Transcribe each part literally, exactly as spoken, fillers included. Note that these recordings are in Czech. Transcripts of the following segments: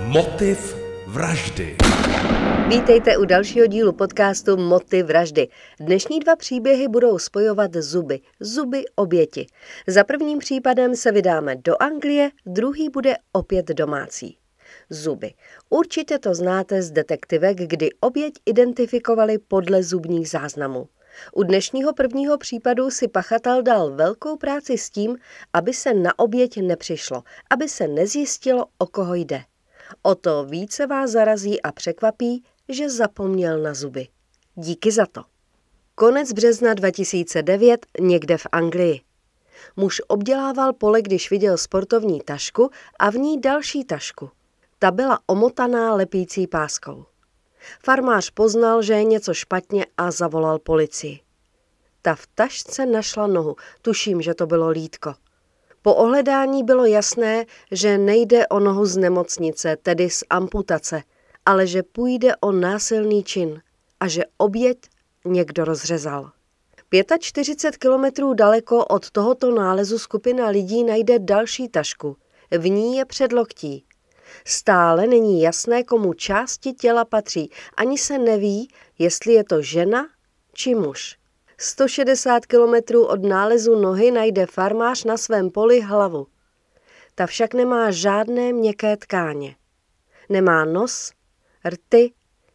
Motiv vraždy. Vítejte u dalšího dílu podcastu Motiv vraždy. Dnešní dva příběhy budou spojovat zuby, zuby oběti. Za prvním případem se vydáme do Anglie, druhý bude opět domácí. Zuby. Určitě to znáte z detektivek, kdy oběť identifikovali podle zubních záznamů. U dnešního prvního případu si pachatel dal velkou práci s tím, aby se na oběť nepřišlo, aby se nezjistilo, o koho jde. O to více vás zarazí a překvapí, že zapomněl na zuby. Díky za to. Konec března dva tisíce devět, někde v Anglii. Muž obdělával pole, když viděl sportovní tašku a v ní další tašku. Ta byla omotaná lepící páskou. Farmář poznal, že je něco špatně a zavolal policii. Ta v tašce našla nohu, tuším, že to bylo lýtko. Po ohledání bylo jasné, že nejde o nohu z nemocnice, tedy z amputace, ale že půjde o násilný čin a že oběť někdo rozřezal. čtyřicet pět kilometrů daleko od tohoto nálezu skupina lidí najde další tašku. V ní je předloktí. Stále není jasné, komu části těla patří, ani se neví, jestli je to žena či muž. sto šedesát kilometrů od nálezu nohy najde farmář na svém poli hlavu. Ta však nemá žádné měkké tkáně. Nemá nos, rty,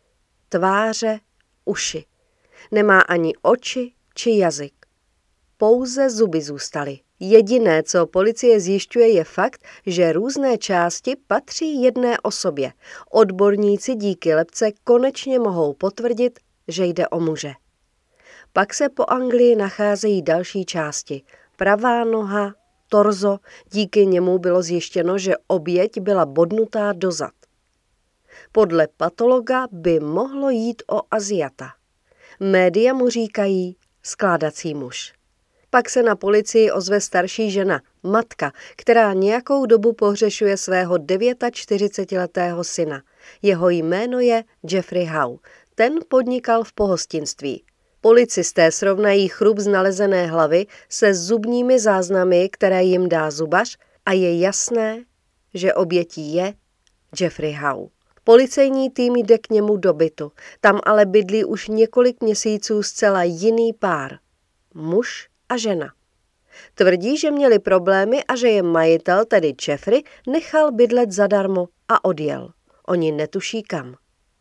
tváře, uši. Nemá ani oči či jazyk. Pouze zuby zůstaly. Jediné, co policie zjišťuje, je fakt, že různé části patří jedné osobě. Odborníci díky lebce konečně mohou potvrdit, že jde o muže. Pak se po Anglii nacházejí další části. Pravá noha, torzo, díky němu bylo zjištěno, že oběť byla bodnutá do zad. Podle patologa by mohlo jít o Aziata. Média mu říkají skládací muž. Pak se na policii ozve starší žena, matka, která nějakou dobu pohřešuje svého čtyřicetidevítiletého syna. Jeho jméno je Jeffrey Howe. Ten podnikal v pohostinství. Policisté srovnají chrup z nalezené hlavy se zubními záznamy, které jim dá zubař, a je jasné, že obětí je Jeffrey Howe. Policejní tým jde k němu do bytu. Tam ale bydlí už několik měsíců zcela jiný pár. Muž a žena. Tvrdí, že měli problémy a že je majitel, tedy Jeffrey, nechal bydlet zadarmo a odjel. Oni netuší kam.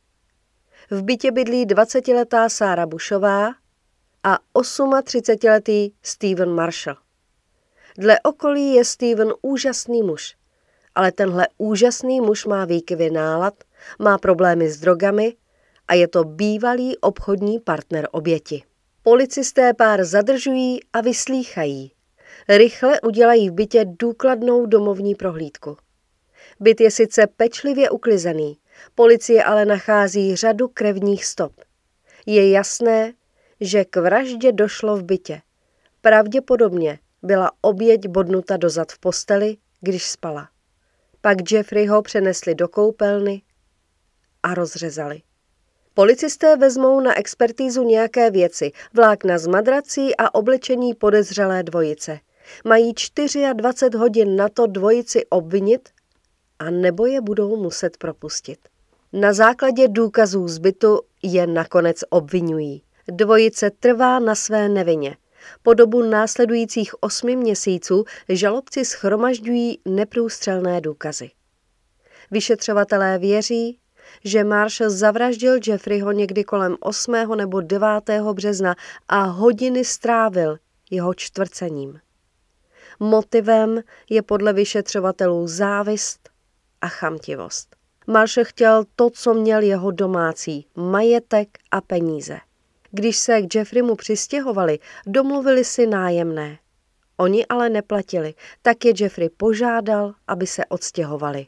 V bytě bydlí dvacetiletá Sarah Bushová a třicetiosmiletý Steven Marshall. Dle okolí je Steven úžasný muž, ale tenhle úžasný muž má výkyvy nálad, má problémy s drogami a je to bývalý obchodní partner oběti. Policisté pár zadržují a vyslýchají. Rychle udělají v bytě důkladnou domovní prohlídku. Byt je sice pečlivě uklizený, policie ale nachází řadu krevních stop. Je jasné, že k vraždě došlo v bytě. Pravděpodobně byla oběť bodnuta do zad v posteli, když spala. Pak Jeffreyho přenesli do koupelny a rozřezali. Policisté vezmou na expertízu nějaké věci, vlákna z madrací a oblečení podezřelé dvojice. Mají dvacet čtyři hodin na to dvojici obvinit, a nebo je budou muset propustit. Na základě důkazů z bytu je nakonec obviňují. Dvojice trvá na své nevině. Po dobu následujících osmi měsíců žalobci shromažďují neprůstřelné důkazy. Vyšetřovatelé věří, že Marshall zavraždil Jeffreyho někdy kolem osmého nebo devátého března a hodiny strávil jeho čtvrcením. Motivem je podle vyšetřovatelů závist a chamtivost. Marshall chtěl to, co měl jeho domácí, majetek a peníze. Když se k Jeffreymu přistěhovali, domluvili si nájemné. Oni ale neplatili, tak je Jeffrey požádal, aby se odstěhovali.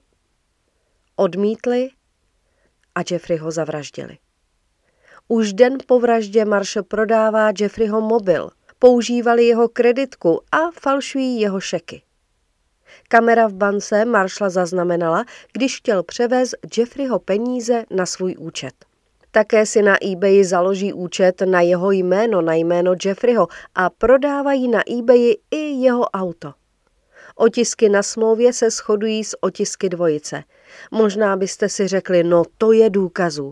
Odmítli a Jeffreyho zavraždili. Už den po vraždě Marshall prodává Jeffreyho mobil, používali jeho kreditku a falšují jeho šeky. Kamera v bance Marshalla zaznamenala, když chtěl převést Jeffreyho peníze na svůj účet. Také si na eBayi založí účet na jeho jméno, na jméno Jeffreyho a prodávají na eBayi i jeho auto. Otisky na smlouvě se shodují s otisky dvojice. Možná byste si řekli, no to je důkazů.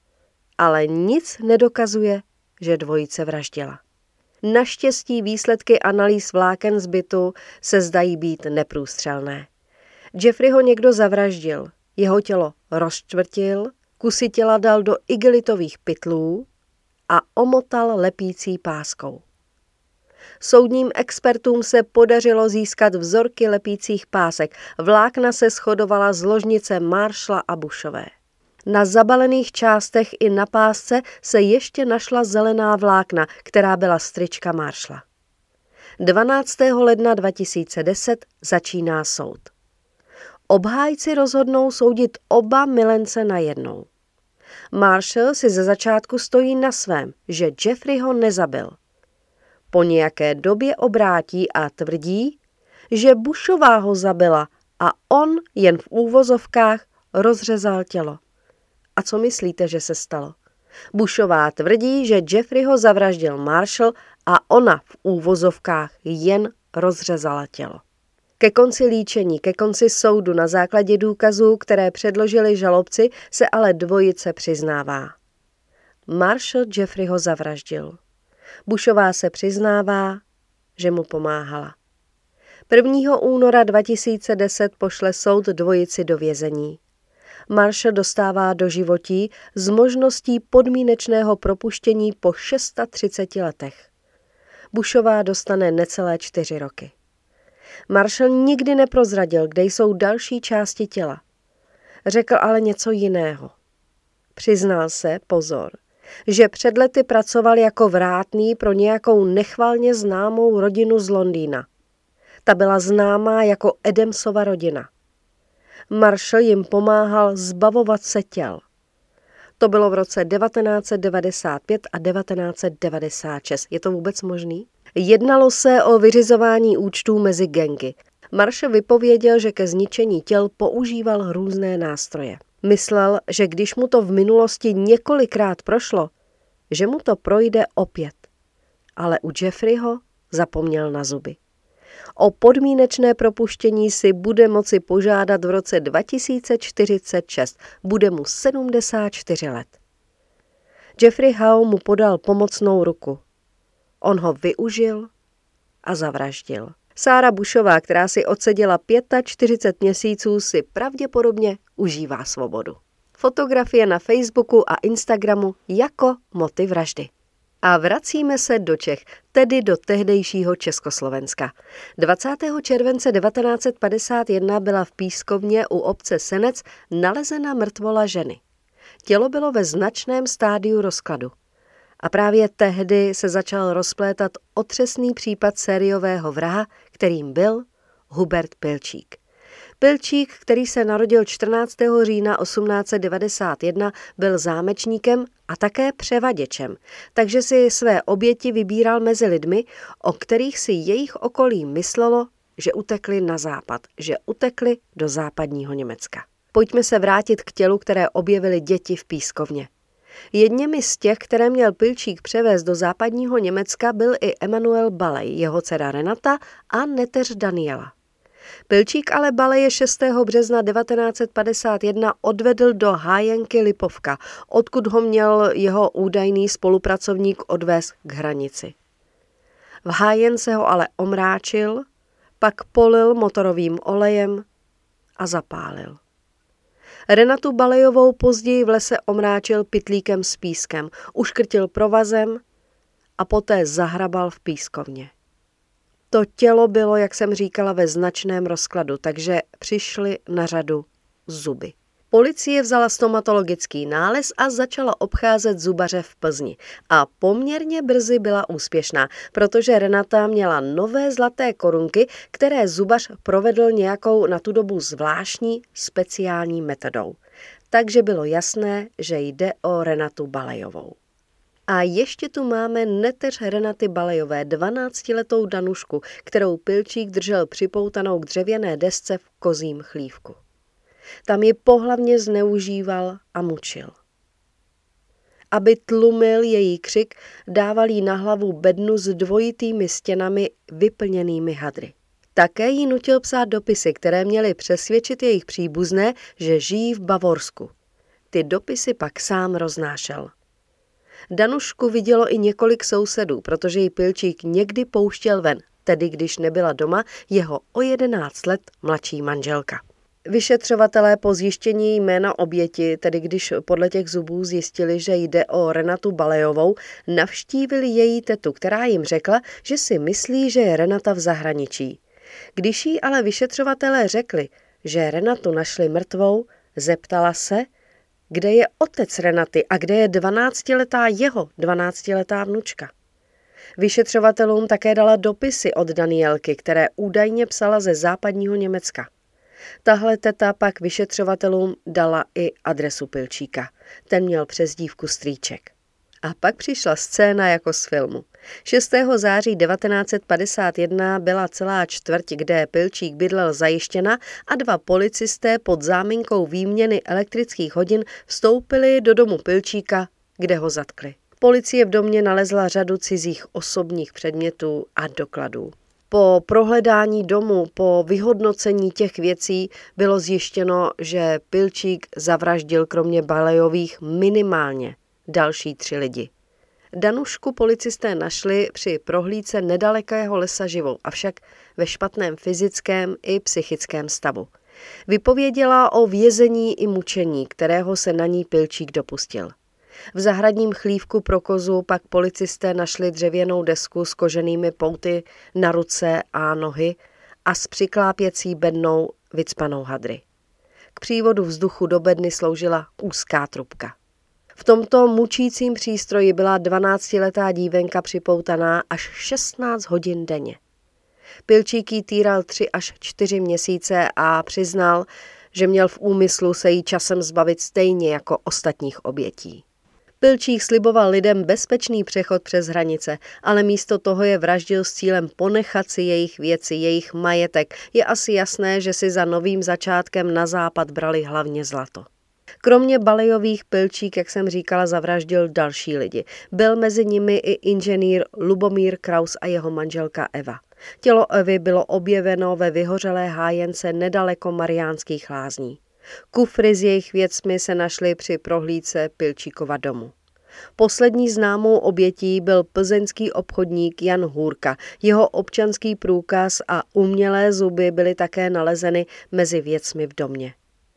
Ale nic nedokazuje, že dvojice vraždila. Naštěstí výsledky analýz vláken z bytu se zdají být neprůstřelné. Jeffreyho někdo zavraždil, jeho tělo rozčtvrtil, kusy těla dal do igelitových pytlů a omotal lepící páskou. Soudním expertům se podařilo získat vzorky lepících pásek. Vlákna se shodovala z ložnice Marshalla a Bushové. Na zabalených částech i na pásce se ještě našla zelená vlákna, která byla z trička Marshalla. dvanáctého ledna dva tisíce deset začíná soud. Obhájci rozhodnou soudit oba milence najednou. Marshall si ze začátku stojí na svém, že Jeffreyho nezabil. Po nějaké době obrátí a tvrdí, že Bushová ho zabila a on jen v úvozovkách rozřezal tělo. A co myslíte, že se stalo? Bushová tvrdí, že Jeffreyho zavraždil Marshall a ona v úvozovkách jen rozřezala tělo. Ke konci líčení, ke konci soudu na základě důkazů, které předložili žalobci, se ale dvojice přiznává. Marshall Jeffreyho zavraždil. Bushová se přiznává, že mu pomáhala. prvního února dva tisíce deset pošle soud dvojici do vězení. Marshall dostává doživotí s možností podmínečného propuštění po třiceti šesti letech. Bushová dostane necelé čtyři roky. Marshall nikdy neprozradil, kde jsou další části těla. Řekl ale něco jiného. Přiznal se, pozor, že před lety pracoval jako vrátný pro nějakou nechvalně známou rodinu z Londýna. Ta byla známá jako Adamsova rodina. Marshall jim pomáhal zbavovat se těl. To bylo v roce devatenáct set devadesát pět a devatenáct set devadesát šest. Je to vůbec možný? Jednalo se o vyřizování účtů mezi gangy. Marshall vypověděl, že ke zničení těl používal různé nástroje. Myslel, že když mu to v minulosti několikrát prošlo, že mu to projde opět. Ale u Jeffreyho zapomněl na zuby. O podmínečné propuštění si bude moci požádat v roce dva tisíce čtyřicet šest. Bude mu sedmdesát čtyři let. Jeffrey Howe mu podal pomocnou ruku. On ho využil a zavraždil. Sarah Bushová, která si odseděla čtyřicet pět měsíců, si pravděpodobně užívá svobodu. Fotografie na Facebooku a Instagramu jako motiv vraždy. A vracíme se do Čech, tedy do tehdejšího Československa. dvacátého července devatenáct set padesát jedna byla v Pískovně u obce Senec nalezena mrtvola ženy. Tělo bylo ve značném stádiu rozkladu. A právě tehdy se začal rozplétat otřesný případ sériového vraha, kterým byl Hubert Pilčík. Pilčík, který se narodil čtrnáctého října osmnáct set devadesát jedna, byl zámečníkem a také převaděčem, takže si své oběti vybíral mezi lidmi, o kterých si jejich okolí myslelo, že utekli na západ, že utekli do západního Německa. Pojďme se vrátit k tělu, které objevily děti v Pískovně. Jedněmi z těch, které měl Pilčík převést do západního Německa, byl i Emanuel Balej, jeho dcera Renata a neteř Daniela. Pilčík ale Baleje šestého března devatenáct set padesát jedna odvedl do Hájenky Lipovka, odkud ho měl jeho údajný spolupracovník odvést k hranici. V Hájence ho ale omráčil, pak polil motorovým olejem a zapálil. Renatu Balejovou později v lese omráčil pytlíkem s pískem, uškrtil provazem a poté zahrabal v Pískovně. To tělo bylo, jak jsem říkala, ve značném rozkladu, takže přišly na řadu zuby. Policie vzala stomatologický nález a začala obcházet zubaře v Plzni. A poměrně brzy byla úspěšná, protože Renata měla nové zlaté korunky, které zubař provedl nějakou na tu dobu zvláštní speciální metodou. Takže bylo jasné, že jde o Renatu Balejovou. A ještě tu máme neteř Renaty Balejové, dvanáctiletou Danušku, kterou Pilčík držel připoutanou k dřevěné desce v kozím chlívku. Tam ji pohlavně zneužíval a mučil. Aby tlumil její křik, dával jí na hlavu bednu s dvojitými stěnami vyplněnými hadry. Také jí nutil psát dopisy, které měly přesvědčit jejich příbuzné, že žijí v Bavorsku. Ty dopisy pak sám roznášel. Danušku vidělo i několik sousedů, protože ji Pilčík někdy pouštěl ven, tedy když nebyla doma jeho o jedenáct let mladší manželka. Vyšetřovatelé po zjištění jména oběti, tedy když podle těch zubů zjistili, že jde o Renatu Balejovou, navštívili její tetu, která jim řekla, že si myslí, že je Renata v zahraničí. Když jí ale vyšetřovatelé řekli, že Renatu našli mrtvou, zeptala se, kde je otec Renaty a kde je dvanáctiletá jeho dvanáctiletá vnučka. Vyšetřovatelům také dala dopisy od Danielky, které údajně psala ze západního Německa. Tahle teta pak vyšetřovatelům dala i adresu Pilčíka. Ten měl přezdívku Strýček. A pak přišla scéna jako z filmu. šestého září devatenáct set padesát jedna byla celá čtvrť, kde Pilčík bydlel, zajištěna a dva policisté pod záminkou výměny elektrických hodin vstoupili do domu Pilčíka, kde ho zatkli. Policie v domě nalezla řadu cizích osobních předmětů a dokladů. Po prohledání domu, po vyhodnocení těch věcí bylo zjištěno, že Pilčík zavraždil kromě Balejových minimálně další tři lidi. Danušku policisté našli při prohlídce nedalekého lesa živou, avšak ve špatném fyzickém i psychickém stavu. Vypověděla o vězení i mučení, kterého se na ní Pilčík dopustil. V zahradním chlívku pro kozu pak policisté našli dřevěnou desku s koženými pouty na ruce a nohy a s přiklápěcí bednou vycpanou hadry. K přívodu vzduchu do bedny sloužila úzká trubka. V tomto mučícím přístroji byla dvanáctiletá dívenka připoutaná až šestnáct hodin denně. Pilčík jí týral tři až čtyři měsíce a přiznal, že měl v úmyslu se jí časem zbavit stejně jako ostatních obětí. Pilčík sliboval lidem bezpečný přechod přes hranice, ale místo toho je vraždil s cílem ponechat si jejich věci, jejich majetek. Je asi jasné, že si za novým začátkem na západ brali hlavně zlato. Kromě Balejových Pilčík, jak jsem říkala, zavraždil další lidi. Byl mezi nimi i inženýr Lubomír Kraus a jeho manželka Eva. Tělo Evy bylo objeveno ve vyhořelé hájence nedaleko Mariánských Lázní. Kufry s jejich věcmi se našly při prohlídce Pilčíkova domu. Poslední známou obětí byl plzeňský obchodník Jan Hůrka. Jeho občanský průkaz a umělé zuby byly také nalezeny mezi věcmi v domě.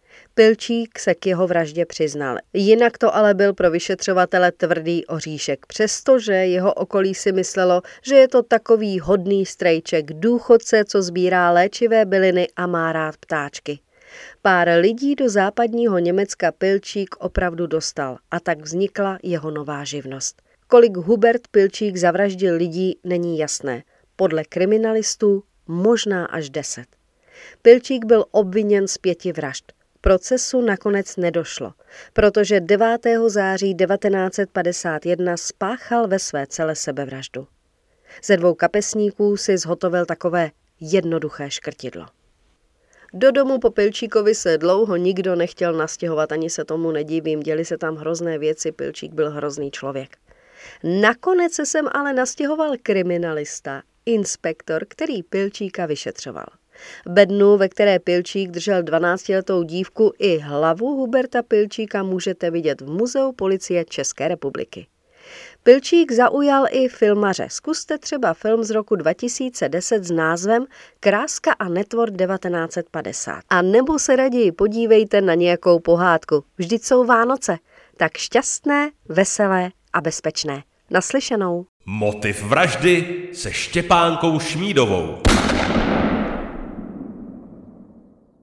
Pilčík se k jeho vraždě přiznal. Jinak to ale byl pro vyšetřovatele tvrdý oříšek, přestože jeho okolí si myslelo, že je to takový hodný strejček, důchodce, co sbírá léčivé byliny a má rád ptáčky. Pár lidí do západního Německa Pilčík opravdu dostal a tak vznikla jeho nová živnost. Kolik Hubert Pilčík zavraždil lidí, není jasné. Podle kriminalistů možná až deset. Pilčík byl obviněn z pěti vražd. Procesu nakonec nedošlo, protože devátého září devatenáct set padesát jedna spáchal ve své cele sebevraždu. Ze dvou kapesníků si zhotovil takové jednoduché škrtidlo. Do domu po Pilčíkovi se dlouho nikdo nechtěl nastěhovat, ani se tomu nedivím, děly se tam hrozné věci, Pilčík byl hrozný člověk. Nakonec se sem ale nastěhoval kriminalista, inspektor, který Pilčíka vyšetřoval. Bednu, ve které Pilčík držel dvanáctiletou dívku, i hlavu Huberta Pilčíka můžete vidět v Muzeu policie České republiky. Pilčík zaujal i filmaře. Zkuste třeba film z roku dva tisíce deset s názvem Kráska a netvor devatenáct set padesát. A nebo se raději podívejte na nějakou pohádku. Vždyť jsou Vánoce. Tak šťastné, veselé a bezpečné. Naslyšenou. Motiv vraždy se Štěpánkou Šmídovou.